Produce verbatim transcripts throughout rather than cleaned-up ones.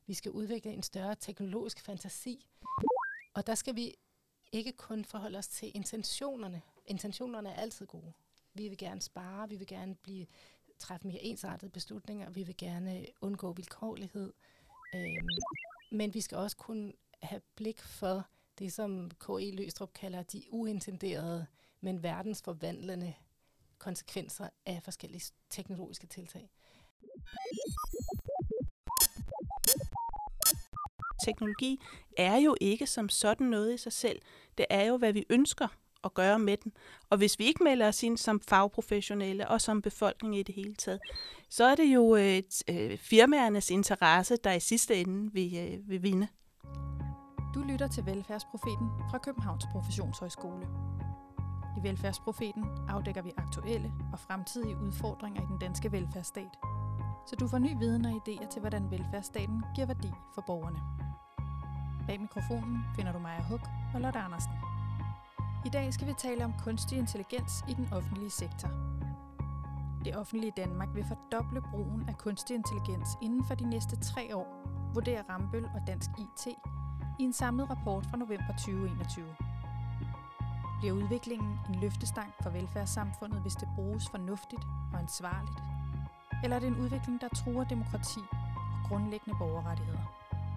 Vi skal udvikle en større teknologisk fantasi. Og der skal vi ikke kun forholde os til intentionerne. Intentionerne er altid gode. Vi vil gerne spare, vi vil gerne blive, træffe mere ensartede beslutninger, vi vil gerne undgå vilkårlighed. Øhm, men vi skal også kunne have blik for det, som K E. Løgstrup kalder de uintenderede, men verdensforvandlende konsekvenser af forskellige teknologiske tiltag. Teknologi er jo ikke som sådan noget i sig selv. Det er jo, hvad vi ønsker at gøre med den. Og hvis vi ikke melder os ind som fagprofessionelle og som befolkning i det hele taget, så er det jo øh, firmaernes interesse, der i sidste ende vil, øh, vil vinde. Du lytter til Velfærdsprofeten fra Københavns Professionshøjskole. I Velfærdsprofeten afdækker vi aktuelle og fremtidige udfordringer i den danske velfærdsstat, så du får ny viden og idéer til, hvordan velfærdsstaten giver værdi for borgerne. Bag mikrofonen finder du Maja Huk og Lotte Andersen. I dag skal vi tale om kunstig intelligens i den offentlige sektor. Det offentlige Danmark vil fordoble brugen af kunstig intelligens inden for de næste tre år, vurderer Rambøll og Dansk I T i en samlet rapport fra november tyve enogtyve. Bliver udviklingen en løftestang for velfærdssamfundet, hvis det bruges fornuftigt og ansvarligt? Eller er det en udvikling, der truer demokrati og grundlæggende borgerrettigheder?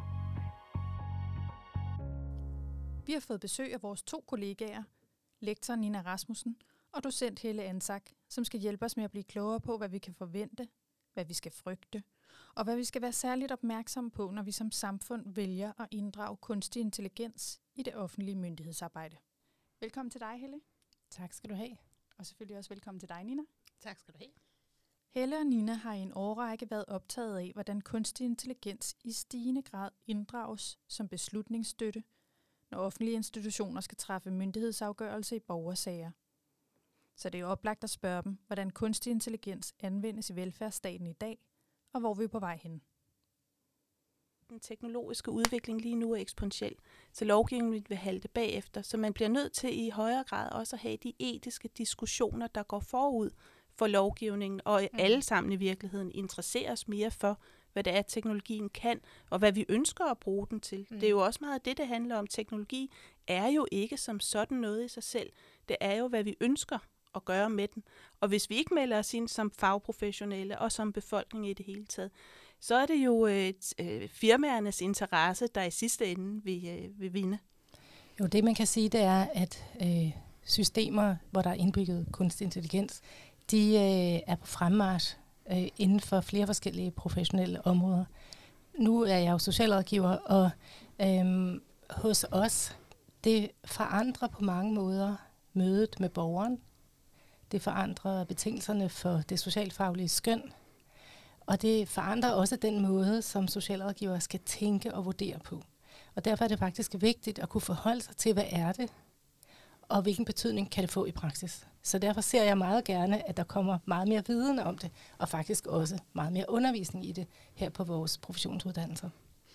Vi har fået besøg af vores to kollegaer, lektor Nina Rasmussen og docent Helle Ansak, som skal hjælpe os med at blive klogere på, hvad vi kan forvente, hvad vi skal frygte, og hvad vi skal være særligt opmærksomme på, når vi som samfund vælger at inddrage kunstig intelligens i det offentlige myndighedsarbejde. Velkommen til dig, Helle. Tak skal du have. Og selvfølgelig også velkommen til dig, Nina. Tak skal du have. Helle og Nina har i en årrække været optaget af, hvordan kunstig intelligens i stigende grad inddrages som beslutningsstøtte, når offentlige institutioner skal træffe myndighedsafgørelse i borgersager. Så det er oplagt at spørge dem, hvordan kunstig intelligens anvendes i velfærdsstaten i dag, og hvor vi er på vej hen. Den teknologiske udvikling lige nu er eksponentiel, så lovgivningen vil halte bagefter, så man bliver nødt til i højere grad også at have de etiske diskussioner, der går forud for lovgivningen, og mm. alle sammen i virkeligheden interesserer os mere for, hvad det er, teknologien kan, og hvad vi ønsker at bruge den til. Mm. Det er jo også meget det, det handler om. Teknologi er jo ikke som sådan noget i sig selv. Det er jo, hvad vi ønsker at gøre med den. Og hvis vi ikke melder os ind som fagprofessionelle og som befolkning i det hele taget, så er det jo øh, firmaernes interesse, der i sidste ende vil, øh, vil vinde. Jo, det man kan sige, det er, at øh, systemer, hvor der er indbygget kunstig intelligens, de øh, er på fremmarch øh, inden for flere forskellige professionelle områder. Nu er jeg jo socialrådgiver, og øh, hos os, det forandrer på mange måder mødet med borgeren. Det forandrer betingelserne for det socialfaglige skøn. Og det forandrer også den måde, som socialrådgiver skal tænke og vurdere på. Og derfor er det faktisk vigtigt at kunne forholde sig til, hvad er det, og hvilken betydning kan det få i praksis. Så derfor ser jeg meget gerne, at der kommer meget mere viden om det, og faktisk også meget mere undervisning i det her på vores professionsuddannelser.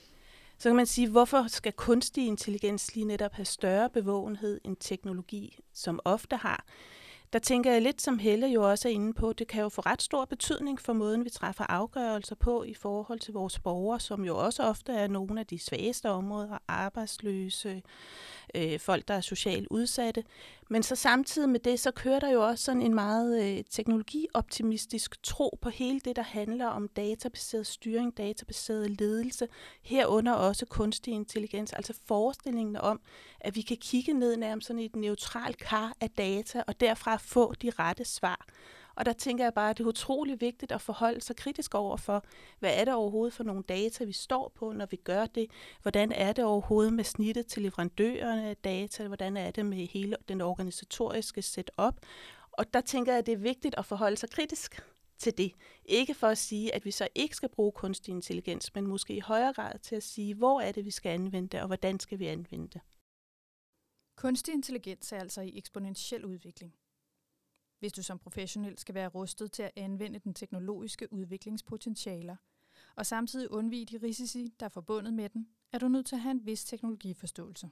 Så kan man sige, hvorfor skal kunstig intelligens lige netop have større bevågenhed end teknologi, som ofte har? Der tænker jeg lidt, som Helle jo også er inde på, det kan jo få ret stor betydning for måden, vi træffer afgørelser på i forhold til vores borgere, som jo også ofte er nogle af de svageste områder, arbejdsløse, øh, folk, der er socialt udsatte. Men så samtidig med det, så kører der jo også sådan en meget øh, teknologioptimistisk tro på hele det, der handler om databaseret styring, databaseret ledelse, herunder også kunstig intelligens, altså forestillingen om, at vi kan kigge ned nærmest sådan i et neutralt kar af data, og derfra få de rette svar. Og der tænker jeg bare, at det er utrolig vigtigt at forholde sig kritisk over for, hvad er det overhovedet for nogle data, vi står på, når vi gør det? Hvordan er det overhovedet med snittet til leverandørerne af data? Hvordan er det med hele den organisatoriske setup? Og der tænker jeg, at det er vigtigt at forholde sig kritisk til det. Ikke for at sige, at vi så ikke skal bruge kunstig intelligens, men måske i højere grad til at sige, hvor er det, vi skal anvende det, og hvordan skal vi anvende det? Kunstig intelligens er altså i eksponentiel udvikling. Hvis du som professionel skal være rustet til at anvende den teknologiske udviklingspotentialer, og samtidig undvige de risici, der er forbundet med den, er du nødt til at have en vis teknologiforståelse.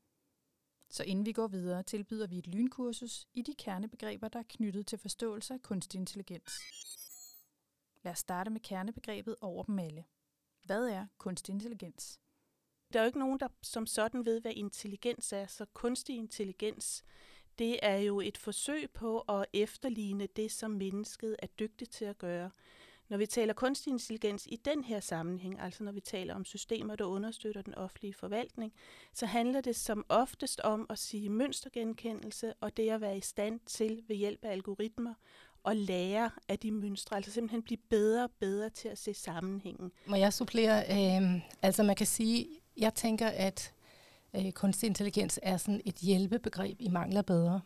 Så inden vi går videre, tilbyder vi et lynkursus i de kernebegreber, der er knyttet til forståelse af kunstig intelligens. Lad os starte med kernebegrebet over dem alle. Hvad er kunstig intelligens? Der er jo ikke nogen, der som sådan ved, hvad intelligens er, så kunstig intelligens, det er jo et forsøg på at efterligne det, som mennesket er dygtigt til at gøre. Når vi taler kunstig intelligens i den her sammenhæng, altså når vi taler om systemer, der understøtter den offentlige forvaltning, så handler det som oftest om at sige mønstergenkendelse og det at være i stand til ved hjælp af algoritmer at lære af de mønstre, altså simpelthen blive bedre og bedre til at se sammenhængen. Må jeg supplere? Øh, altså man kan sige, jeg tænker, at øh, kunstig intelligens er sådan et hjælpebegreb i mangel af bedre.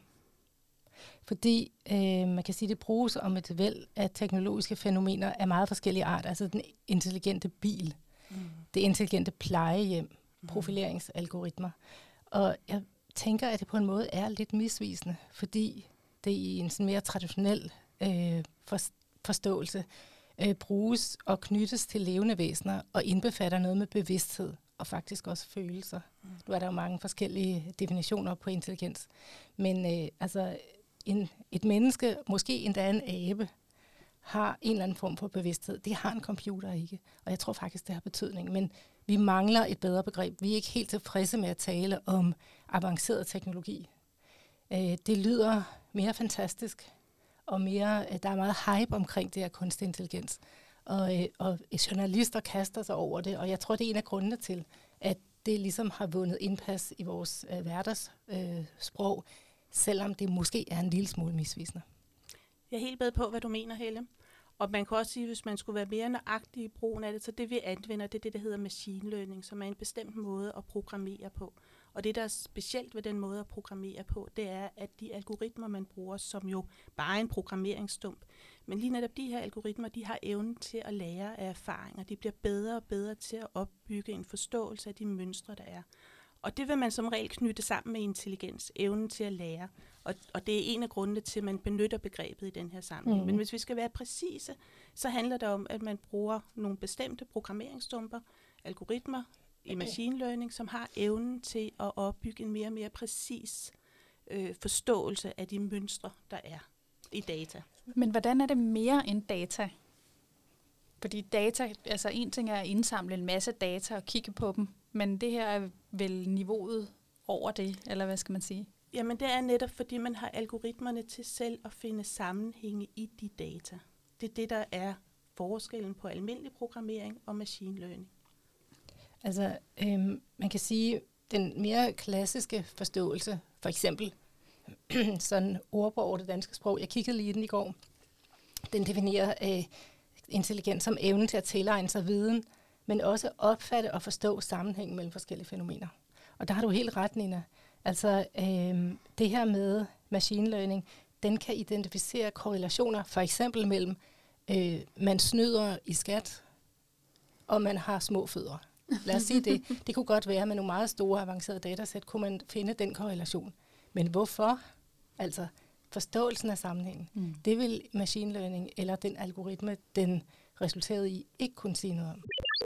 Fordi øh, man kan sige, at det bruges om et væld af teknologiske fænomener af meget forskellige art. Altså den intelligente bil, mm. det intelligente plejehjem, mm. profileringsalgoritmer. Og jeg tænker, at det på en måde er lidt misvisende, fordi det i en sådan mere traditionel øh, forståelse øh, bruges og knyttes til levende væsener og indbefatter noget med bevidsthed og faktisk også følelser. Mm. Nu er der jo mange forskellige definitioner på intelligens. Men øh, altså en, et menneske, måske endda en abe, har en eller anden form for bevidsthed. Det har en computer ikke, og jeg tror faktisk, det har betydning. Men vi mangler et bedre begreb. Vi er ikke helt tilfredse med at tale om avanceret teknologi. Øh, det lyder mere fantastisk, og mere, der er meget hype omkring det her kunstig intelligens. Og, øh, og journalister kaster sig over det, og jeg tror, det er en af grundene til, at det ligesom har vundet indpas i vores øh, hverdagssprog, øh, selvom det måske er en lille smule misvisende. Jeg er helt med på, hvad du mener, Helle. Og man kan også sige, hvis man skulle være mere nøjagtig i brugen af det, så det vi anvender, det er det, der hedder machine learning, som er en bestemt måde at programmere på. Og det, der er specielt ved den måde at programmere på, det er, at de algoritmer, man bruger, som jo bare er en programmeringsstump, men lige netop de her algoritmer, de har evnen til at lære af erfaringer. De bliver bedre og bedre til at opbygge en forståelse af de mønstre, der er. Og det vil man som regel knytte sammen med intelligens, evnen til at lære. Og, og det er en af grundene til, at man benytter begrebet i den her sammenhæng. Mm. Men hvis vi skal være præcise, så handler det om, at man bruger nogle bestemte programmeringsstumper, algoritmer i machine learning, som har evnen til at opbygge en mere og mere præcis øh, forståelse af de mønstre, der er i data. Men hvordan er det mere end data? Fordi data, altså en ting er at indsamle en masse data og kigge på dem, men det her er vel niveauet over det, eller hvad skal man sige? Jamen det er netop, fordi man har algoritmerne til selv at finde sammenhænge i de data. Det er det, der er forskellen på almindelig programmering og machine learning. Altså, øhm, man kan sige, den mere klassiske forståelse, for eksempel sådan ordbog over det danske sprog, jeg kiggede lige i den i går, den definerer øh, intelligens som evnen til at tilegne sig viden, men også opfatte og forstå sammenhængen mellem forskellige fænomener. Og der har du helt ret, Nina. Altså, øh, det her med machine learning, den kan identificere korrelationer, for eksempel mellem, øh, man snyder i skat, og man har små fødder. Lad os sige det. Det kunne godt være, at med nogle meget store avancerede datasæt, kunne man finde den korrelation. Men hvorfor? Altså, forståelsen af sammenhængen. Mm. Det vil machine learning eller den algoritme, den resulterede i, ikke kunne sige noget om.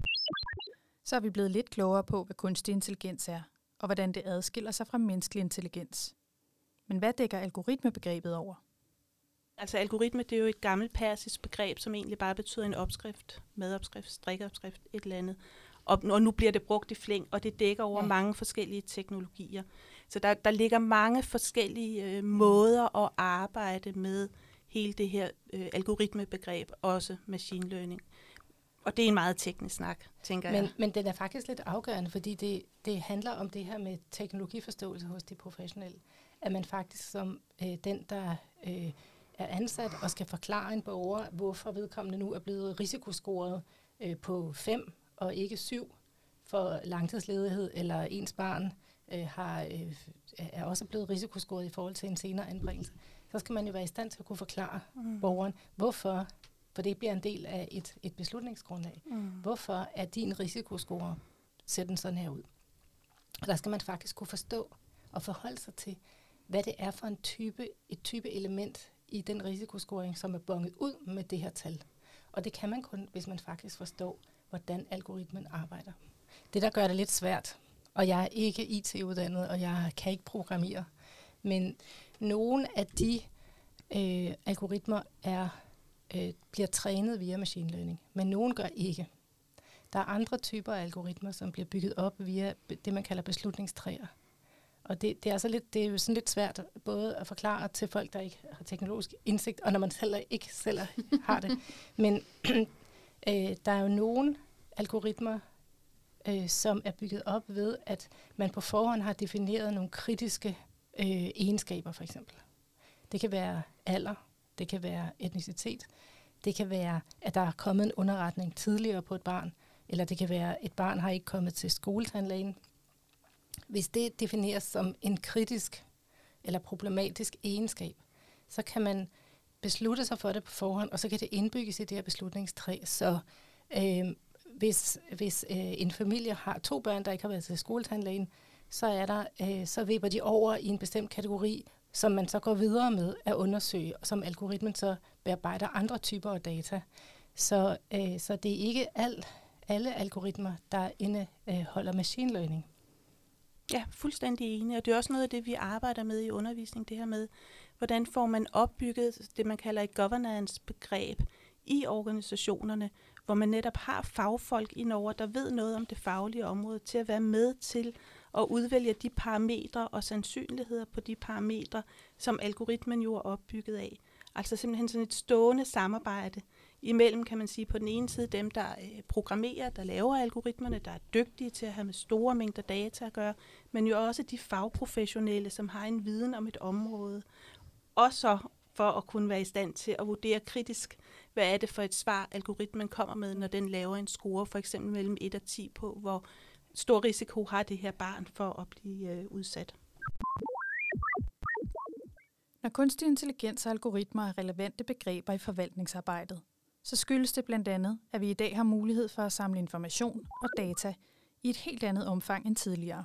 Så er vi blevet lidt klogere på, hvad kunstig intelligens er, og hvordan det adskiller sig fra menneskelig intelligens. Men hvad dækker algoritmebegrebet over? Altså algoritme, det er jo et gammelt persisk begreb, som egentlig bare betyder en opskrift, madopskrift, strikkeopskrift, et eller andet. Og, og nu bliver det brugt i flæng, og det dækker over ja. mange forskellige teknologier. Så der, der ligger mange forskellige øh, måder at arbejde med hele det her øh, algoritmebegreb, også machine learning. Og det er en meget teknisk snak, tænker men, jeg. Men den er faktisk lidt afgørende, fordi det, det handler om det her med teknologiforståelse hos de professionelle. At man faktisk som øh, den, der øh, er ansat og skal forklare en borger, hvorfor vedkommende nu er blevet risikoscoret øh, på fem og ikke syv for langtidsledighed, eller ens barn øh, har, øh, er også blevet risikoscoret i forhold til en senere anbringelse, så skal man jo være i stand til at kunne forklare mm. borgeren, hvorfor, for det bliver en del af et, et beslutningsgrundlag, mm. hvorfor er din risikoscore ser den sådan her ud. Og der skal man faktisk kunne forstå og forholde sig til, hvad det er for en type, et type element i den risikoscoring, som er bonget ud med det her tal. Og det kan man kun, hvis man faktisk forstår, hvordan algoritmen arbejder. Det, der gør det lidt svært, og jeg er ikke I T-uddannet, og jeg kan ikke programmere, men nogle af de øh, algoritmer er, øh, bliver trænet via machine learning, men nogle gør ikke. Der er andre typer af algoritmer, som bliver bygget op via det, man kalder beslutningstræer. Og det, det, er, så lidt, det er jo sådan lidt svært både at forklare til folk, der ikke har teknologisk indsigt, og når man selv ikke selv har det. Men øh, der er jo nogle algoritmer, øh, som er bygget op ved, at man på forhånd har defineret nogle kritiske øh, egenskaber, for eksempel. Det kan være alder, det kan være etnicitet, det kan være, at der er kommet en underretning tidligere på et barn, eller det kan være, at et barn har ikke kommet til skoletandlægen. Hvis det defineres som en kritisk eller problematisk egenskab, så kan man beslutte sig for det på forhånd, og så kan det indbygges i det her beslutningstræ. Så øh, hvis, hvis øh, en familie har to børn, der ikke har været til skoletandlægen, så er der, øh, så vipper de over i en bestemt kategori, som man så går videre med at undersøge, og som algoritmen så bearbejder andre typer af data. Så, øh, så det er ikke al, alle algoritmer, der indeholder machine learning. Ja, fuldstændig enig, og det er også noget af det, vi arbejder med i undervisning, det her med, hvordan får man opbygget det, man kalder et governance-begreb i organisationerne, hvor man netop har fagfolk indover, der ved noget om det faglige område, til at være med til at udvælge de parametre og sandsynligheder på de parametre, som algoritmen jo er opbygget af. Altså simpelthen sådan et stående samarbejde imellem, kan man sige, på den ene side dem, der øh, programmerer, der laver algoritmerne, der er dygtige til at have med store mængder data at gøre, men jo også de fagprofessionelle, som har en viden om et område. Også for at kunne være i stand til at vurdere kritisk, hvad er det for et svar, algoritmen kommer med, når den laver en score, for eksempel mellem et og ti på, hvor stor risiko har det her barn for at blive øh, udsat. Når kunstig intelligens og algoritmer er relevante begreber i forvaltningsarbejdet, så skyldes det blandt andet, at vi i dag har mulighed for at samle information og data i et helt andet omfang end tidligere.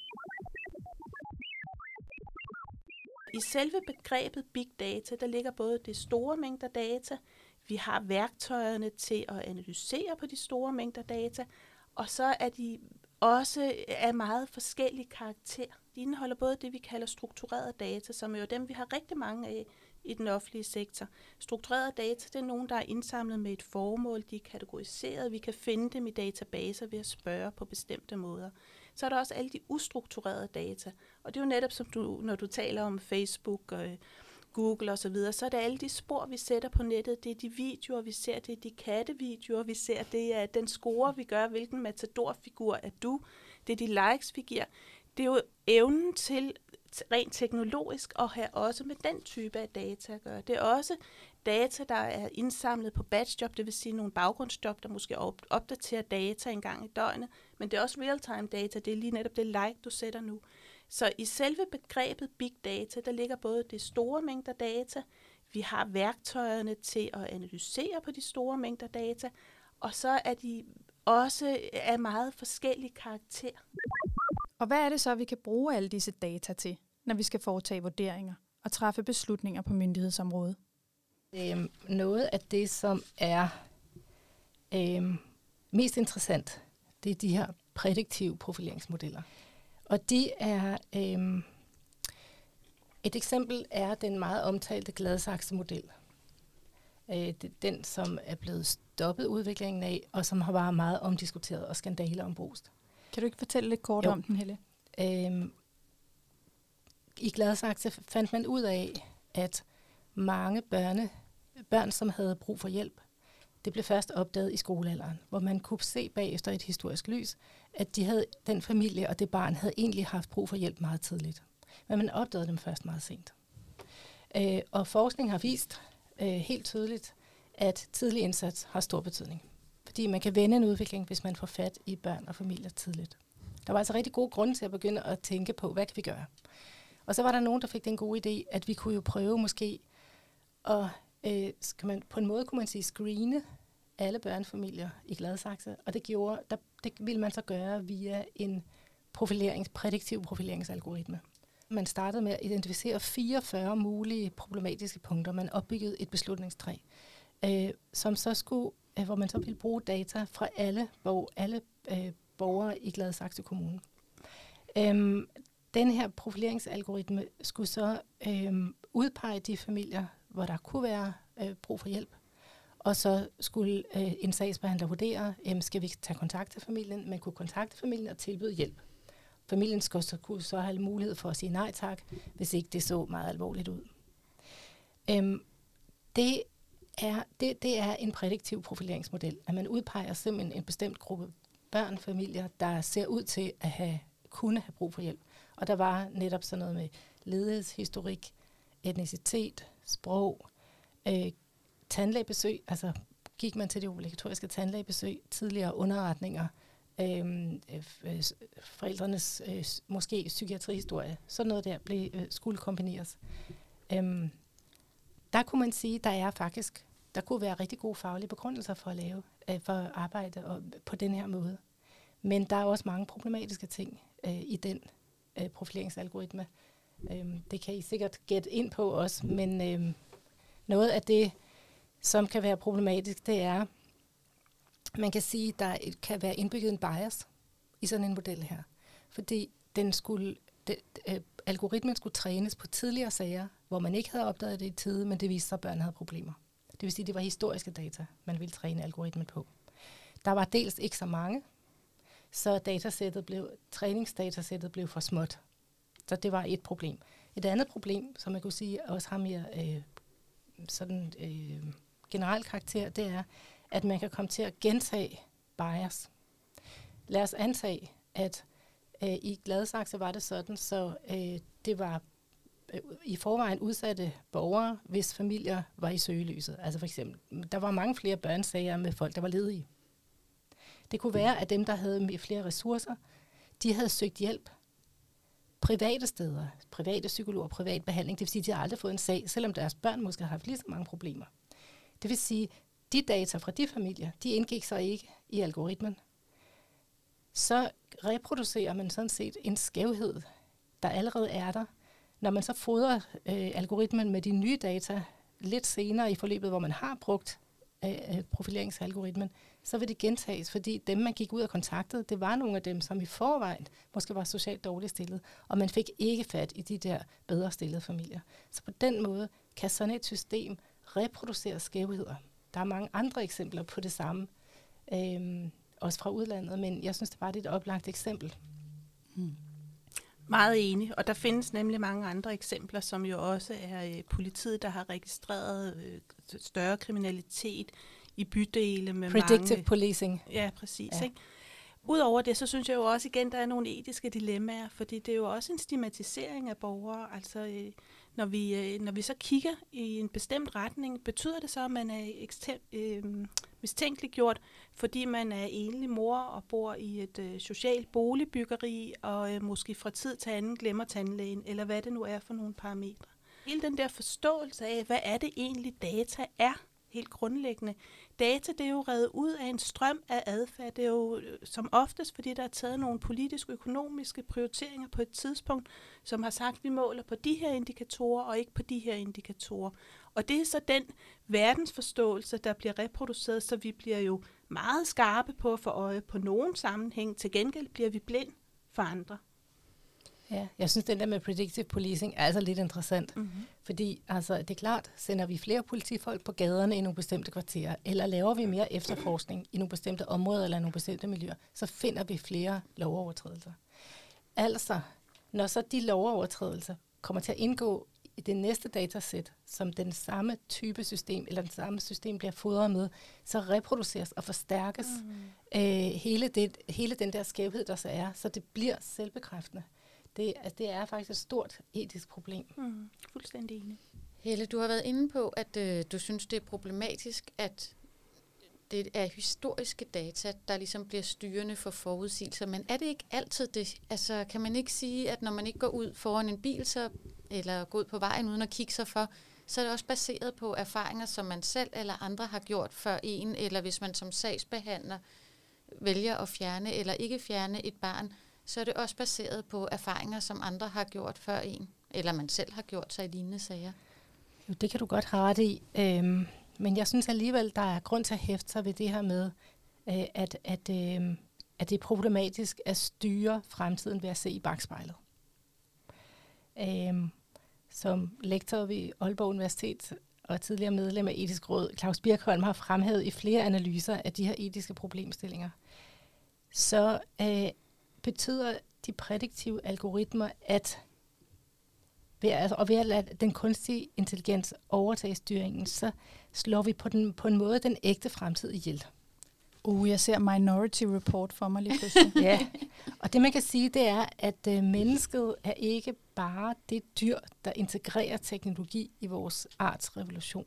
I selve begrebet big data, der ligger både det store mængder data, vi har værktøjerne til at analysere på de store mængder data, og så er de også af meget forskellige karakter. De indeholder både det, vi kalder strukturerede data, som er jo dem, vi har rigtig mange af i den offentlige sektor. Strukturerede data, det er nogen, der er indsamlet med et formål, de er kategoriseret, vi kan finde dem i databaser ved at spørge på bestemte måder. Så er der også alle de ustrukturerede data, og det er jo netop, som du, når du taler om Facebook og Google osv., så, så er det alle de spor, vi sætter på nettet, det er de videoer, vi ser, det er de kattevideoer, vi ser, det er den score, vi gør, hvilken matadorfigur er du, det er de likes, vi giver. Det er jo evnen til rent teknologisk at have også med den type af data at gøre. Det er også data, der er indsamlet på batchjob, det vil sige nogle baggrundsjob, der måske opdaterer data en gang i døgnet, men det er også real-time data, det er lige netop det like, du sætter nu. Så i selve begrebet big data, der ligger både det store mængder data, vi har værktøjerne til at analysere på de store mængder data, og så er de også af meget forskellige karakter. Og hvad er det så, vi kan bruge alle disse data til, når vi skal foretage vurderinger og træffe beslutninger på myndighedsområdet? Øhm, noget af det, som er øhm, mest interessant, det er de her prædiktive profileringsmodeller. Og de er, øhm, et eksempel er den meget omtalte Gladsaxe-model. Øh, det, den, som er blevet stoppet udviklingen af, og som har været meget omdiskuteret og skandaler ombrust. Kan du ikke fortælle lidt kort jo. om den, Helle? Øhm, I Gladsaxe fandt man ud af, at mange børne, børn, som havde brug for hjælp, det blev først opdaget i skolealderen, hvor man kunne se bagefter et historisk lys, at de havde, den familie og det barn havde egentlig haft brug for hjælp meget tidligt. Men man opdagede dem først meget sent. Øh, og forskning har vist øh, helt tydeligt, at tidlig indsats har stor betydning. Fordi man kan vende en udvikling, hvis man får fat i børn og familier tidligt. Der var altså rigtig gode grunde til at begynde at tænke på, hvad kan vi gøre? Og så var der nogen, der fik den gode idé, at vi kunne jo prøve måske at, øh, skal man, på en måde kunne man sige, screene alle børnefamilier i Gladsaxe, og det gjorde, der, det ville man så gøre via en profilerings, prædiktiv profileringsalgoritme. Man startede med at identificere fireogfyrre mulige problematiske punkter. Man opbyggede et beslutningstræ, øh, som så skulle, øh, hvor man så ville bruge data fra alle, hvor alle øh, borgere i Gladsaxe Kommune. Øhm, den her profileringsalgoritme skulle så øh, udpege de familier, hvor der kunne være øh, brug for hjælp, Og så skulle øh, en sagsbehandler vurdere, øh, skal vi tage kontakt til familien, man kunne kontakte familien og tilbyde hjælp. Familien skulle så, kunne så have mulighed for at sige nej tak, hvis ikke det så meget alvorligt ud. Øhm, det, er, det, det er en prædiktiv profileringsmodel, at man udpeger simpelthen en bestemt gruppe børn, familier, der ser ud til at have, kunne have brug for hjælp. Og der var netop sådan noget med ledighedshistorik, etnicitet, sprog, øh, tandlægebesøg, altså gik man til de obligatoriske tandlægebesøg, tidligere underretninger, øh, øh, forældrenes øh, måske psykiatrihistorie, sådan noget der blev, øh, skulle kombineres. Øh, der kunne man sige, der er faktisk, der kunne være rigtig gode faglige begrundelser for at lave, øh, for at arbejde og, på den her måde. Men der er også mange problematiske ting øh, i den øh, profileringsalgoritme. Øh, det kan I sikkert gætte ind på også, men øh, noget af det, som kan være problematisk, det er, man kan sige, der kan være indbygget en bias i sådan en model her. Fordi den skulle, det, øh, algoritmen skulle trænes på tidligere sager, hvor man ikke havde opdaget det i tide, men det viste sig, at børn havde problemer. Det vil sige, at det var historiske data, man ville træne algoritmen på. Der var dels ikke så mange, så datasættet blev, træningsdatasættet blev for småt. Så det var et problem. Et andet problem, som jeg kunne sige også har mere øh, sådan øh, generel karakter, det er, at man kan komme til at gentage bias. Lad os antage, at øh, i Gladsaxe var det sådan, så øh, det var øh, i forvejen udsatte borgere, hvis familier var i søgelyset. Altså for eksempel, der var mange flere børnesager med folk, der var ledige. Det kunne være, at dem, der havde flere ressourcer, de havde søgt hjælp private steder, private psykologer, privat behandling. Det vil sige, at de har aldrig fået en sag, selvom deres børn måske har haft lige så mange problemer. Det vil sige, at de data fra de familier, de indgik så ikke i algoritmen. Så reproducerer man sådan set en skævhed, der allerede er der. Når man så fodrer øh, algoritmen med de nye data lidt senere i forløbet, hvor man har brugt øh, profileringsalgoritmen, så vil det gentages, fordi dem, man gik ud og kontaktede, det var nogle af dem, som i forvejen måske var socialt dårligt stillet, og man fik ikke fat i de der bedre stillede familier. Så på den måde kan sådan et system reproducere skævheder. Der er mange andre eksempler på det samme, øhm, også fra udlandet, men jeg synes, det var et oplagt eksempel. Hmm. Meget enig, og der findes nemlig mange andre eksempler, som jo også er øh, politiet, der har registreret øh, større kriminalitet i bydele med Predictive mange... policing. Ja, præcis. Ja. Ikke? Udover det, så synes jeg jo også igen, der er nogle etiske dilemmaer, fordi det er jo også en stigmatisering af borgere. Altså, øh, når, vi, øh, når vi så kigger i en bestemt retning, betyder det så, at man er ekstremt øh, mistænkeliggjort, fordi man er enlig mor og bor i et øh, socialt boligbyggeri, og øh, måske fra tid til anden glemmer tandlægen, eller hvad det nu er for nogle parametre. Hele den der forståelse af, hvad er det egentlig data er, helt grundlæggende. Data, det er jo revet ud af en strøm af adfærd. Det er jo som oftest, fordi der er taget nogle politiske, økonomiske prioriteringer på et tidspunkt, som har sagt, at vi måler på de her indikatorer, og ikke på de her indikatorer. Og det er så den verdensforståelse, der bliver reproduceret, så vi bliver jo meget skarpe på at få øje på nogen sammenhæng. Til gengæld bliver vi blind for andre. Ja, jeg synes, den der med predictive policing er altså lidt interessant. Mm-hmm. Fordi altså, det er klart, sender vi flere politifolk på gaderne i nogle bestemte kvarterer, eller laver vi mere efterforskning i nogle bestemte områder eller nogle bestemte miljøer, så finder vi flere lovovertrædelser. Altså, når så de lovovertrædelser kommer til at indgå i det næste datasæt, som den samme type system, eller den samme system bliver fodret med, så reproduceres og forstærkes mm. øh, hele, det, hele den der skævhed, der så er, så det bliver selvbekræftende. Det, altså, det er faktisk et stort etisk problem. Mm, fuldstændig enig. Helle, du har været inde på, at øh, du synes, det er problematisk, at det er historiske data, der ligesom bliver styrende for forudsigelser. Men er det ikke altid det? Altså, kan man ikke sige, at når man ikke går ud foran en bil, så, eller går ud på vejen uden at kigge sig for, så er det også baseret på erfaringer, som man selv eller andre har gjort før en, eller hvis man som sagsbehandler vælger at fjerne eller ikke fjerne et barn, så er det også baseret på erfaringer, som andre har gjort før en, eller man selv har gjort sig i lignende sager. Jo, det kan du godt have ret i. Øhm, men jeg synes alligevel, der er grund til at hæfte sig ved det her med, øh, at, at, øh, at det er problematisk at styre fremtiden ved at se i bakspejlet. Øhm, som lektor ved Aalborg Universitet og tidligere medlem af Etisk Råd, Claus Birkholm, har fremhævet i flere analyser af de her etiske problemstillinger, så øh, betyder de prædiktive algoritmer, at ved at, og ved at lade den kunstige intelligens overtage styringen, så slår vi på, den, på en måde den ægte fremtid ihjel. Uh, jeg ser Minority Report for mig lige pludselig. Ja, og det man kan sige, det er, at øh, mennesket er ikke bare det dyr, der integrerer teknologi i vores artsrevolution.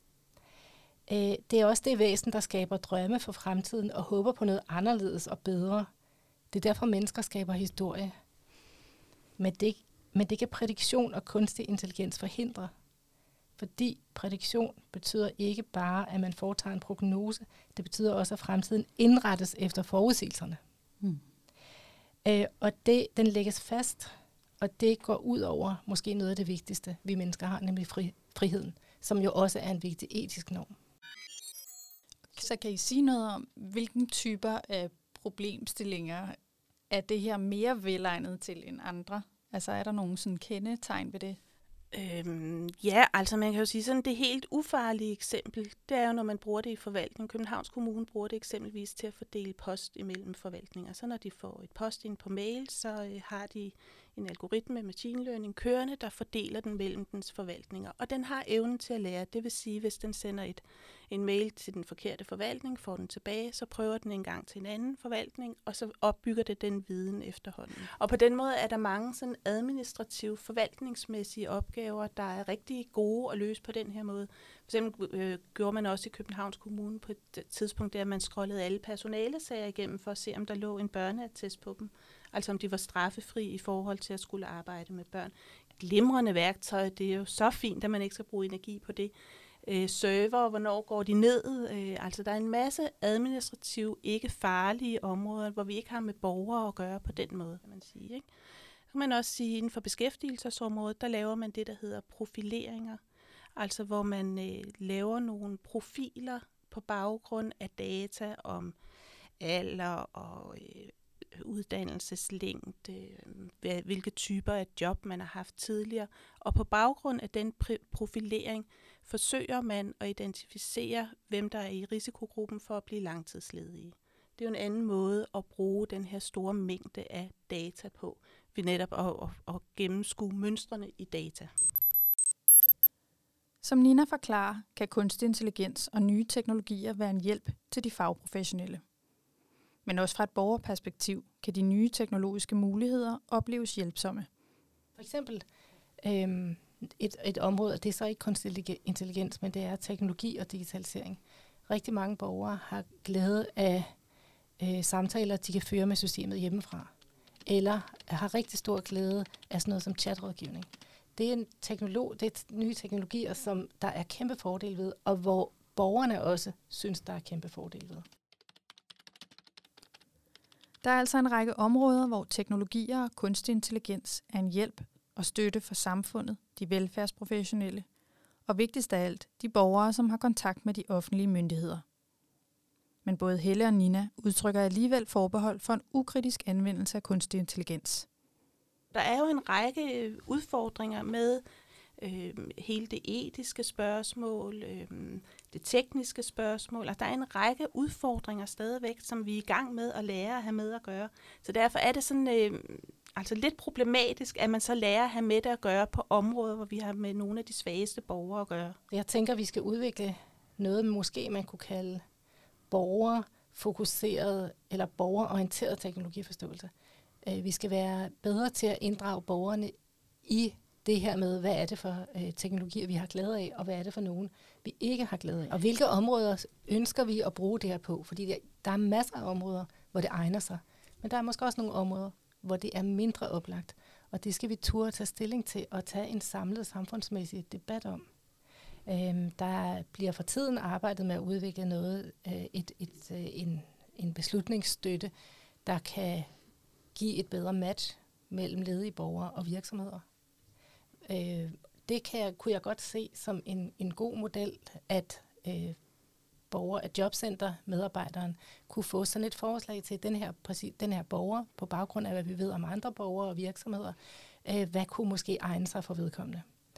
Øh, det er også det væsen, der skaber drømme for fremtiden og håber på noget anderledes og bedre. Det er derfor, mennesker skaber historie. Men det, men det kan prædiktion og kunstig intelligens forhindre. Fordi prædiktion betyder ikke bare, at man foretager en prognose. Det betyder også, at fremtiden indrettes efter forudsigelserne. Hmm. Øh, og det, den lægges fast, og det går ud over måske noget af det vigtigste, vi mennesker har, nemlig fri, friheden, som jo også er en vigtig etisk norm. Så kan I sige noget om, hvilken typer af problemstillinger er det her mere velegnet til end andre? Altså er der nogle sådan kendetegn ved det? Øhm, ja, altså man kan jo sige sådan, det helt ufarlige eksempel, det er jo, når man bruger det i forvaltning. Københavns Kommune bruger det eksempelvis til at fordele post imellem forvaltninger. Så når de får et post ind på mail, så øh, har de en algoritme, machine learning, kørende, der fordeler den mellem dens forvaltninger. Og den har evnen til at lære. Det vil sige, hvis den sender et, en mail til den forkerte forvaltning, får den tilbage, så prøver den en gang til en anden forvaltning, og så opbygger det den viden efterhånden. Og på den måde er der mange sådan administrative, forvaltningsmæssige opgaver, der er rigtig gode at løse på den her måde. For eksempel øh, gjorde man også i Københavns Kommune på et tidspunkt, der man scrollede alle personalesager igennem for at se, om der lå en børneattest på dem. Altså om de var straffefri i forhold til at skulle arbejde med børn. Glimrende værktøj, det er jo så fint, at man ikke skal bruge energi på det. Øh, server, hvornår går de ned? Øh, altså der er en masse administrative, ikke farlige områder, hvor vi ikke har med borgere at gøre på den måde, kan man sige. Ikke? Så kan man også sige, at inden for beskæftigelsesområdet, der laver man det, der hedder profileringer. Altså hvor man øh, laver nogle profiler på baggrund af data om alder og øh, uddannelseslængde, øh, hvilke typer af job man har haft tidligere. Og på baggrund af den profilering forsøger man at identificere, hvem der er i risikogruppen for at blive langtidsledige. Det er jo en anden måde at bruge den her store mængde af data på, ved netop at, at, at gennemskue mønstrene i data. Som Nina forklarer, kan kunstig intelligens og nye teknologier være en hjælp til de fagprofessionelle. Men også fra et borgerperspektiv kan de nye teknologiske muligheder opleves hjælpsomme. For eksempel øhm, et, et område, og det er så ikke kunstig intelligens, men det er teknologi og digitalisering. Rigtig mange borgere har glæde af øh, samtaler, de kan føre med systemet hjemmefra, eller har rigtig stor glæde af sådan noget som chatrådgivning. Det er, en teknolog, det er nye teknologier, som der er kæmpe fordel ved, og hvor borgerne også synes, der er kæmpe fordel ved. Der er altså en række områder, hvor teknologier og kunstig intelligens er en hjælp og støtte for samfundet, de velfærdsprofessionelle, og vigtigst af alt, de borgere, som har kontakt med de offentlige myndigheder. Men både Helle og Nina udtrykker alligevel forbehold for en ukritisk anvendelse af kunstig intelligens. Der er jo en række udfordringer med øh, hele det etiske spørgsmål, øh, det tekniske spørgsmål, og der er en række udfordringer stadigvæk, som vi er i gang med at lære at have med at gøre. Så derfor er det sådan, øh, altså lidt problematisk, at man så lærer at have med det at gøre på områder, hvor vi har med nogle af de svageste borgere at gøre. Jeg tænker, vi skal udvikle noget, måske man kunne kalde borgerfokuseret eller borgerorienteret teknologiforståelse. Vi skal være bedre til at inddrage borgerne i det her med, hvad er det for øh, teknologier, vi har glæde af, og hvad er det for nogen, vi ikke har glæde af. Og hvilke områder ønsker vi at bruge det her på? Fordi der, der er masser af områder, hvor det egner sig. Men der er måske også nogle områder, hvor det er mindre oplagt. Og det skal vi turde tage stilling til og tage en samlet samfundsmæssig debat om. Øhm, der bliver for tiden arbejdet med at udvikle noget, øh, et, et, øh, en, en beslutningsstøtte, der kan give et bedre match mellem ledige borgere og virksomheder. Øh, det kan jeg, kunne jeg godt se som en, en god model, at øh, borger af jobcenter, medarbejderen, kunne få sådan et forslag til den her, præcis, den her borger, på baggrund af, hvad vi ved om andre borgere og virksomheder, øh, hvad kunne måske egne sig for vedkommende.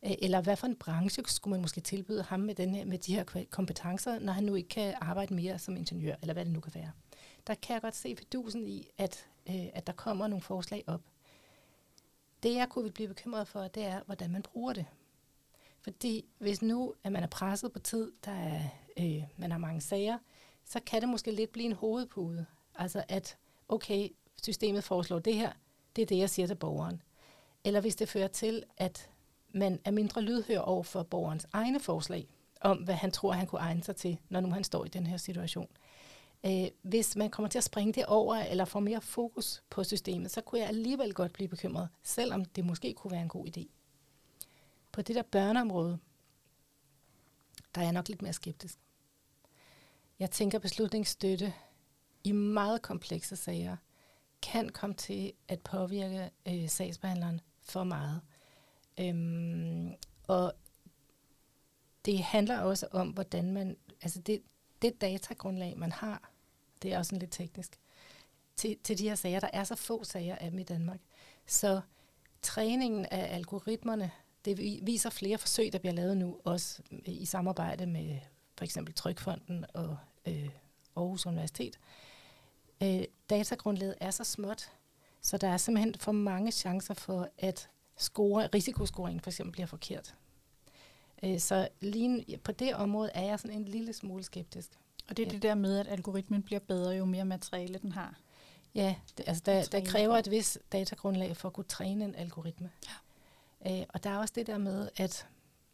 Eller hvad for en branche skulle man måske tilbyde ham med, den her, med de her kompetencer, når han nu ikke kan arbejde mere som ingeniør, eller hvad det nu kan være. Der kan jeg godt se fidusen i, at, øh, at der kommer nogle forslag op. Det, jeg kunne blive bekymret for, det er, hvordan man bruger det. Fordi hvis nu, at man er presset på tid, der er, øh, man har mange sager, så kan det måske lidt blive en hovedpude. Altså at, okay, systemet foreslår det her, det er det, jeg siger til borgeren. Eller hvis det fører til, at man er mindre lydhør over for borgerens egne forslag, om hvad han tror, han kunne egne sig til, når nu han står i den her situation. Øh, hvis man kommer til at springe det over, eller får mere fokus på systemet, så kunne jeg alligevel godt blive bekymret, selvom det måske kunne være en god idé. På det der børneområde, der er jeg nok lidt mere skeptisk. Jeg tænker, beslutningsstøtte i meget komplekse sager kan komme til at påvirke øh, sagsbehandleren for meget. Øhm, og det handler også om, hvordan man, altså det, det datagrundlag, man har, det er også sådan lidt teknisk, til, til de her sager. Der er så få sager af dem i Danmark. Så træningen af algoritmerne, det viser flere forsøg, der bliver lavet nu, også i samarbejde med for eksempel Trygfonden og øh, Aarhus Universitet. Øh, datagrundlaget er så småt, så der er simpelthen for mange chancer for, at score, risikoscoringen for eksempel bliver forkert. Øh, så lige på det område er jeg sådan en lille smule skeptisk. Og det er ja. det der med, at algoritmen bliver bedre, jo mere materiale den har. Ja, det, altså der, der kræver et vis datagrundlag for at kunne træne en algoritme. Ja. Øh, og der er også det der med, at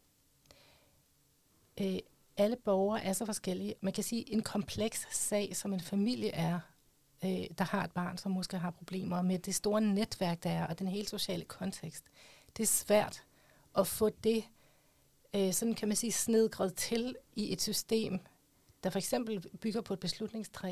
øh, alle borgere er så forskellige. Man kan sige, en kompleks sag, som en familie er, øh, der har et barn, som måske har problemer med det store netværk, der er, og den hele sociale kontekst. Det er svært at få det, øh, sådan kan man sige, snedgredet til i et system, der for eksempel bygger på et beslutningstræ.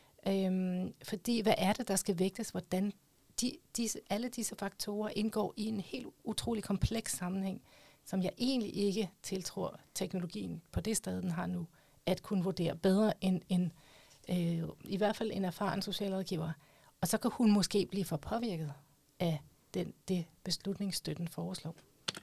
Øhm, fordi hvad er det, der skal vægtes? Hvordan de, disse, alle disse faktorer indgår i en helt utrolig kompleks sammenhæng, som jeg egentlig ikke tiltror teknologien på det sted, den har nu, at kunne vurdere bedre end, end øh, i hvert fald en erfaren socialrådgiver. Og så kan hun måske blive for påvirket af den, det beslutningsstøtten foreslår.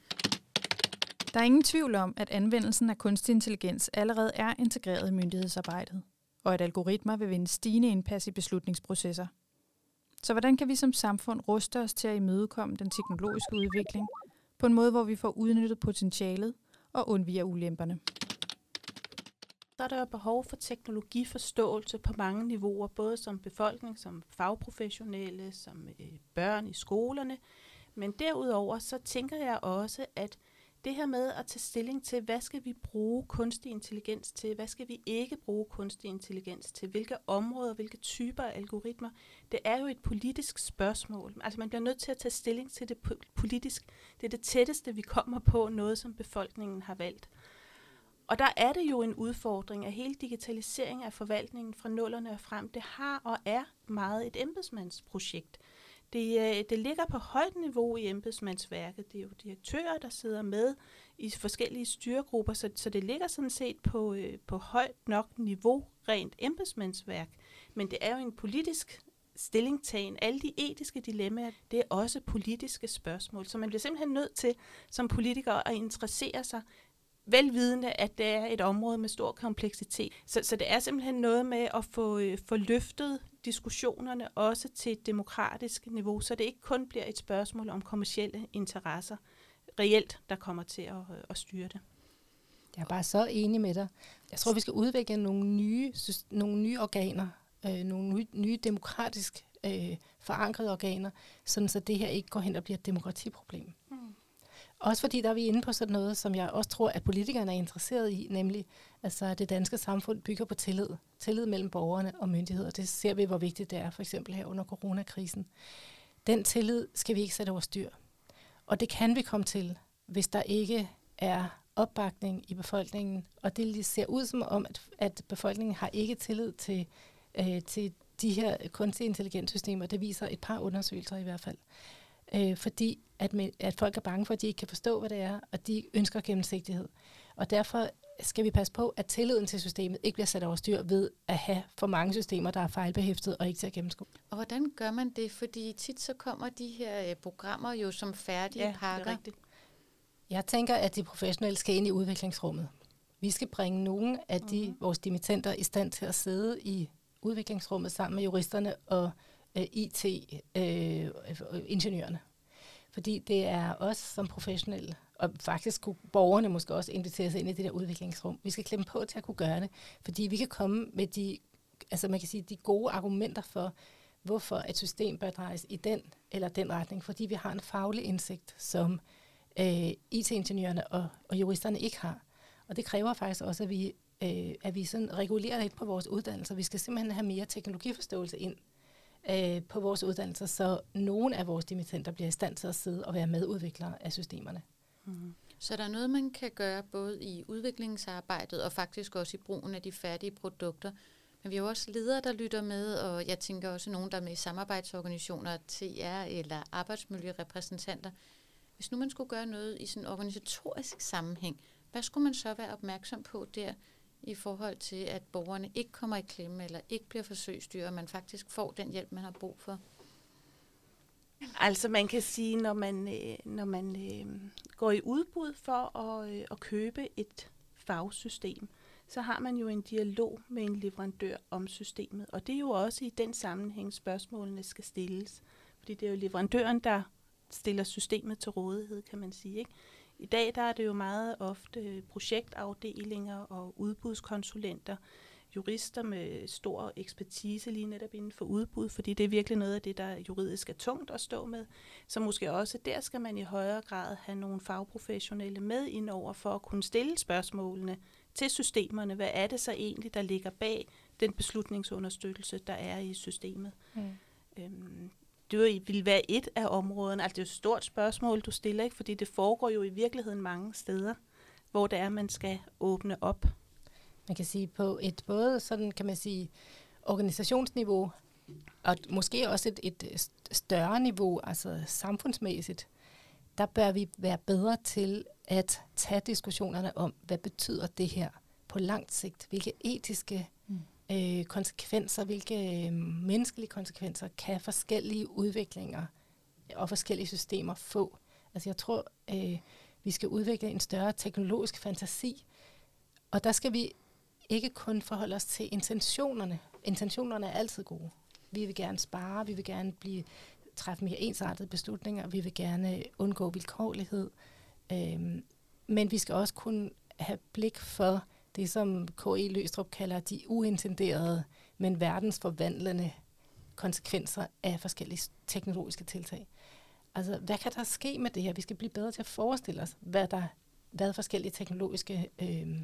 Der er ingen tvivl om, at anvendelsen af kunstig intelligens allerede er integreret i myndighedsarbejdet, og at algoritmer vil vinde stigende indpas i beslutningsprocesser. Så hvordan kan vi som samfund ruste os til at imødekomme den teknologiske udvikling på en måde, hvor vi får udnyttet potentialet og undviger ulemperne? Så er der behov for teknologiforståelse på mange niveauer, både som befolkning, som fagprofessionelle, som øh, børn i skolerne. Men derudover så tænker jeg også, at det her med at tage stilling til, hvad skal vi bruge kunstig intelligens til, hvad skal vi ikke bruge kunstig intelligens til, hvilke områder, hvilke typer af algoritmer, det er jo et politisk spørgsmål. Altså man bliver nødt til at tage stilling til det politisk. Det er det tætteste, vi kommer på noget, som befolkningen har valgt. Og der er det jo en udfordring, at hele digitalisering af forvaltningen fra nullerne og frem, det har og er meget et embedsmandsprojekt. Det, det ligger på højt niveau i embedsmandsværket. Det er jo direktører, der sidder med i forskellige styregrupper, så, så det ligger sådan set på, på højt nok niveau, rent embedsmandsværk. Men det er jo en politisk stillingtagen. Alle de etiske dilemmaer, det er også politiske spørgsmål. Så man bliver simpelthen nødt til som politiker at interessere sig velvidende, at det er et område med stor kompleksitet. Så, så det er simpelthen noget med at få, øh, få løftet diskussionerne også til et demokratisk niveau, så det ikke kun bliver et spørgsmål om kommercielle interesser reelt, der kommer til at, øh, at styre det. Jeg er bare så enig med dig. Jeg tror, vi skal udvikle nogle nye, nogle nye organer, øh, nogle nye, nye demokratisk øh, forankrede organer, sådan så det her ikke går hen og bliver et demokratiproblem. Mm. Også fordi der er vi inde på sådan noget, som jeg også tror, at politikerne er interesseret i, nemlig altså, at det danske samfund bygger på tillid. Tillid mellem borgerne og myndigheder. Det ser vi, hvor vigtigt det er, for eksempel her under coronakrisen. Den tillid skal vi ikke sætte over styr. Og det kan vi komme til, hvis der ikke er opbakning i befolkningen. Og det ser ud som om, at, at befolkningen har ikke tillid til, øh, til de her kunstige intelligenssystemer. Det viser et par undersøgelser i hvert fald. Øh, fordi at, med, at folk er bange for, at de ikke kan forstå, hvad det er, og de ønsker gennemsigtighed. Og derfor skal vi passe på, at tilliden til systemet ikke bliver sat over styr ved at have for mange systemer, der er fejlbehæftet og ikke til at gennemskue. Og hvordan gør man det? Fordi tit så kommer de her øh, programmer jo som færdige ja, pakker. Det er rigtigt. Jeg tænker, at de professionelle skal ind i udviklingsrummet. Vi skal bringe nogle af de, mm-hmm. vores dimittenter i stand til at sidde i udviklingsrummet sammen med juristerne og øh, I T-ingeniørerne. Øh, Fordi det er os som professionelle, og faktisk kunne borgerne måske også inviteres ind i det der udviklingsrum. Vi skal klemme på til at kunne gøre det, fordi vi kan komme med de, altså man kan sige, de gode argumenter for, hvorfor et system bør drejes i den eller den retning, fordi vi har en faglig indsigt, som øh, I T-ingeniørerne og, og juristerne ikke har. Og det kræver faktisk også, at vi, øh, at vi sådan regulerer lidt på vores uddannelser. Vi skal simpelthen have mere teknologiforståelse ind øh, på vores uddannelser, så nogle af vores dimittenter bliver i stand til at sidde og være medudviklere af systemerne. Mm. Så der er noget, man kan gøre både i udviklingsarbejdet og faktisk også i brugen af de færdige produkter. Men vi har jo også ledere, der lytter med, og jeg tænker også nogen, der er med i samarbejdsorganisationer, T R eller arbejdsmiljørepræsentanter. Hvis nu man skulle gøre noget i sådan en organisatorisk sammenhæng, hvad skulle man så være opmærksom på der i forhold til, at borgerne ikke kommer i klemme eller ikke bliver forsøgsdyr, og man faktisk får den hjælp, man har brug for? Altså man kan sige, når man, når man øh, går i udbud for at, øh, at købe et fagsystem, så har man jo en dialog med en leverandør om systemet. Og det er jo også i den sammenhæng, spørgsmålene skal stilles. Fordi det er jo leverandøren, der stiller systemet til rådighed, kan man sige, ikke? I dag der er det jo meget ofte projektafdelinger og udbudskonsulenter, jurister med stor ekspertise lige netop inden for udbud, fordi det er virkelig noget af det, der juridisk er tungt at stå med. Så måske også der skal man i højere grad have nogle fagprofessionelle med indover for at kunne stille spørgsmålene til systemerne. Hvad er det så egentlig, der ligger bag den beslutningsunderstøttelse, der er i systemet? Mm. Øhm, det vil være et af områderne. Altså det er jo et stort spørgsmål, du stiller, ikke? Fordi det foregår jo i virkeligheden mange steder, hvor det er, man skal åbne op. Man kan sige på et både sådan, kan man sige, organisationsniveau, og måske også et, et større niveau, altså samfundsmæssigt, der bør vi være bedre til at tage diskussionerne om, hvad betyder det her på langt sigt? Hvilke etiske mm. øh, konsekvenser, hvilke øh, menneskelige konsekvenser kan forskellige udviklinger og forskellige systemer få? Altså jeg tror, øh, vi skal udvikle en større teknologisk fantasi, og der skal vi ikke kun forholde os til intentionerne. Intentionerne er altid gode. Vi vil gerne spare, vi vil gerne blive træffe mere ensartede beslutninger, vi vil gerne undgå vilkårlighed. Øhm, men vi skal også kunne have blik for det, som K E Løgstrup kalder de uintenderede, men verdensforvandlende konsekvenser af forskellige teknologiske tiltag. Altså, hvad kan der ske med det her? Vi skal blive bedre til at forestille os, hvad der hvad forskellige teknologiske øhm,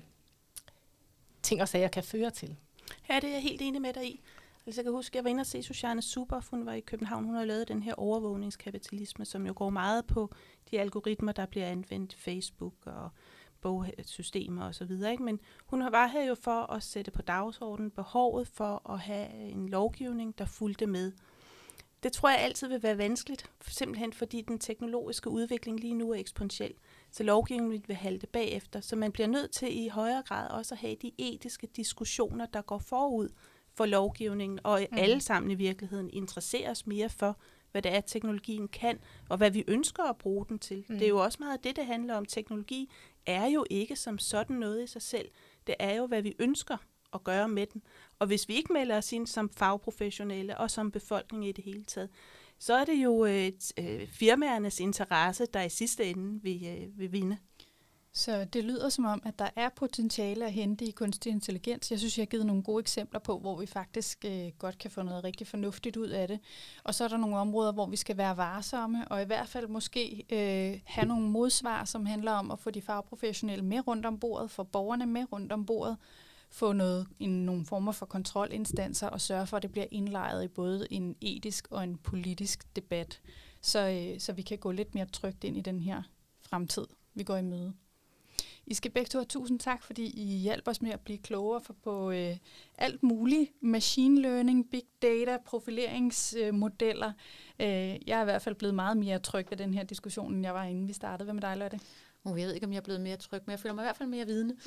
ting og sager kan føre til. Ja, det er jeg helt enig med dig i. Altså, jeg kan huske, jeg var inde og se Susanne Zuboff, hun var i København, hun har lavet den her overvågningskapitalisme, som jo går meget på de algoritmer, der bliver anvendt i Facebook og bogsystemer og så videre, ikke? Men hun var her jo for at sætte på dagsordenen behovet for at have en lovgivning, der fulgte med. Det tror jeg altid vil være vanskeligt, simpelthen fordi den teknologiske udvikling lige nu er eksponentiel. Så lovgivningen vil halte bagefter, så man bliver nødt til i højere grad også at have de etiske diskussioner, der går forud for lovgivningen, og mm. alle sammen i virkeligheden interesserer os mere for, hvad det er, teknologien kan, og hvad vi ønsker at bruge den til. Mm. Det er jo også meget det, det handler om. Teknologi er jo ikke som sådan noget i sig selv. Det er jo, hvad vi ønsker at gøre med den. Og hvis vi ikke melder os ind som fagprofessionelle og som befolkning i det hele taget, så er det jo øh, øh, firmaernes interesse, der i sidste ende vil, øh, vil vinde. Så det lyder som om, at der er potentiale at hente i kunstig intelligens. Jeg synes, jeg har givet nogle gode eksempler på, hvor vi faktisk øh, godt kan få noget rigtig fornuftigt ud af det. Og så er der nogle områder, hvor vi skal være varsomme, og i hvert fald måske øh, have nogle modsvar, som handler om at få de fagprofessionelle med rundt om bordet, få borgerne med rundt om bordet, få noget, en, nogle former for kontrolinstanser og sørge for, at det bliver indlejret i både en etisk og en politisk debat, så, øh, så vi kan gå lidt mere trygt ind i den her fremtid, vi går i møde. I skal begge to have tusind tak, fordi I hjælper os med at blive klogere for på øh, alt muligt. Machine learning, big data, profileringsmodeller. Øh, jeg er i hvert fald blevet meget mere tryg ved den her diskussion, end jeg var inden vi startede. Hvad med dig, Lotte? Oh, jeg ved ikke, om jeg er blevet mere tryg, men jeg føler mig i hvert fald mere vidende.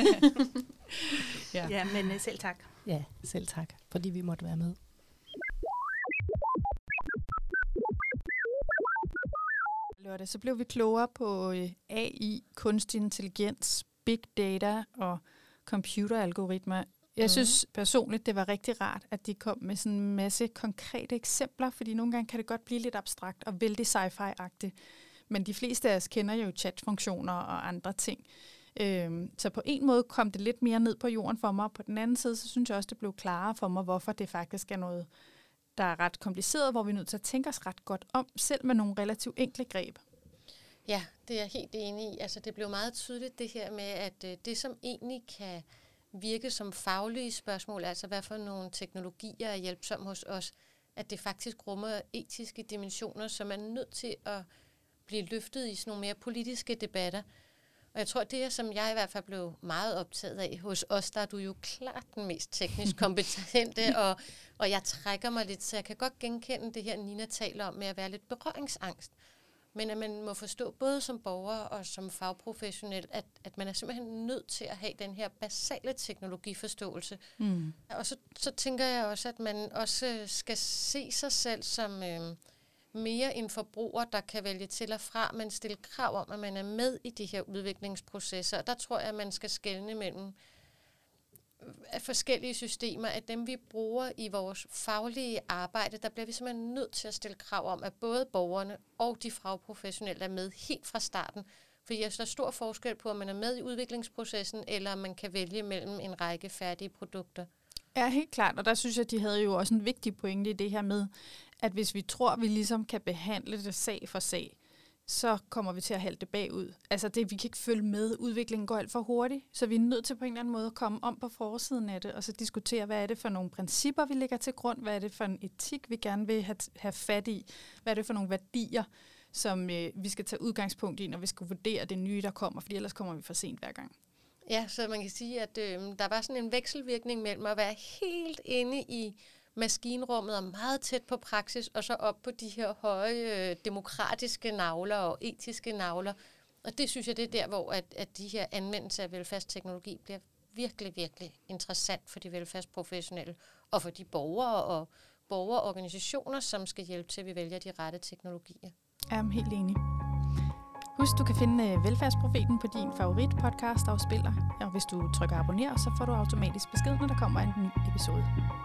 ja. ja, men uh, selv tak. Ja, selv tak, fordi vi måtte være med. Lotte, så blev vi klogere på A I, kunstig intelligens, big data og computeralgoritmer. Jeg synes personligt, det var rigtig rart, at de kom med sådan en masse konkrete eksempler, fordi nogle gange kan det godt blive lidt abstrakt og vældig sci-fi-agtigt. Men de fleste af os kender jo chat-funktioner og andre ting. Øhm, så på en måde kom det lidt mere ned på jorden for mig, og på den anden side, så synes jeg også, det blev klarere for mig, hvorfor det faktisk er noget, der er ret kompliceret, hvor vi er nødt til at tænke os ret godt om, selv med nogle relativt enkle greb. Ja, det er jeg helt enig i. Altså, det blev meget tydeligt det her med, at øh, det som egentlig kan virke som faglige spørgsmål, altså hvad for nogle teknologier er hjælpsomme hos os, at det faktisk rummer etiske dimensioner, som er nødt til at blive løftet i sådan nogle mere politiske debatter. Og jeg tror, det er, som jeg i hvert fald blev meget optaget af hos os, der er du jo klart den mest teknisk kompetente, og, og jeg trækker mig lidt, så jeg kan godt genkende det her, Nina taler om, med at være lidt berøringsangst. Men at man må forstå, både som borger og som fagprofessionel, at, at man er simpelthen nødt til at have den her basale teknologiforståelse. Mm. Og så, så tænker jeg også, at man også skal se sig selv som øh, mere en forbruger, der kan vælge til og fra, men stille krav om, at man er med i de her udviklingsprocesser. Og der tror jeg, at man skal skelne mellem af forskellige systemer, at dem vi bruger i vores faglige arbejde, der bliver vi simpelthen nødt til at stille krav om, at både borgerne og de fagprofessionelle er med helt fra starten. Fordi der er stor forskel på, om man er med i udviklingsprocessen, eller om man kan vælge mellem en række færdige produkter. Ja, helt klart, og der synes jeg, at de havde jo også en vigtig pointe i det her med, at hvis vi tror, at vi ligesom kan behandle det sag for sag, så kommer vi til at halte det bagud. Altså det, vi kan ikke følge med. Udviklingen går alt for hurtigt, så vi er nødt til på en eller anden måde at komme om på forsiden af det, og så diskutere, hvad er det for nogle principper, vi lægger til grund, hvad er det for en etik, vi gerne vil have, have fat i, hvad er det for nogle værdier, som øh, vi skal tage udgangspunkt i, når vi skal vurdere det nye, der kommer, fordi ellers kommer vi for sent hver gang. Ja, så man kan sige, at øh, der var sådan en vekselvirkning mellem at være helt inde i maskinrummet og meget tæt på praksis, og så op på de her høje øh, demokratiske navler og etiske navler. Og det synes jeg, det er der, hvor at, at de her anvendelser af velfærdsteknologi bliver virkelig, virkelig interessant for de velfærdsprofessionelle, og for de borgere og borgerorganisationer, som skal hjælpe til, at vi vælger de rette teknologier. Jeg er helt enig. Husk, du kan finde Velfærdsprofeten på din favorit podcast afspiller, og hvis du trykker abonner, så får du automatisk besked, når der kommer en ny episode.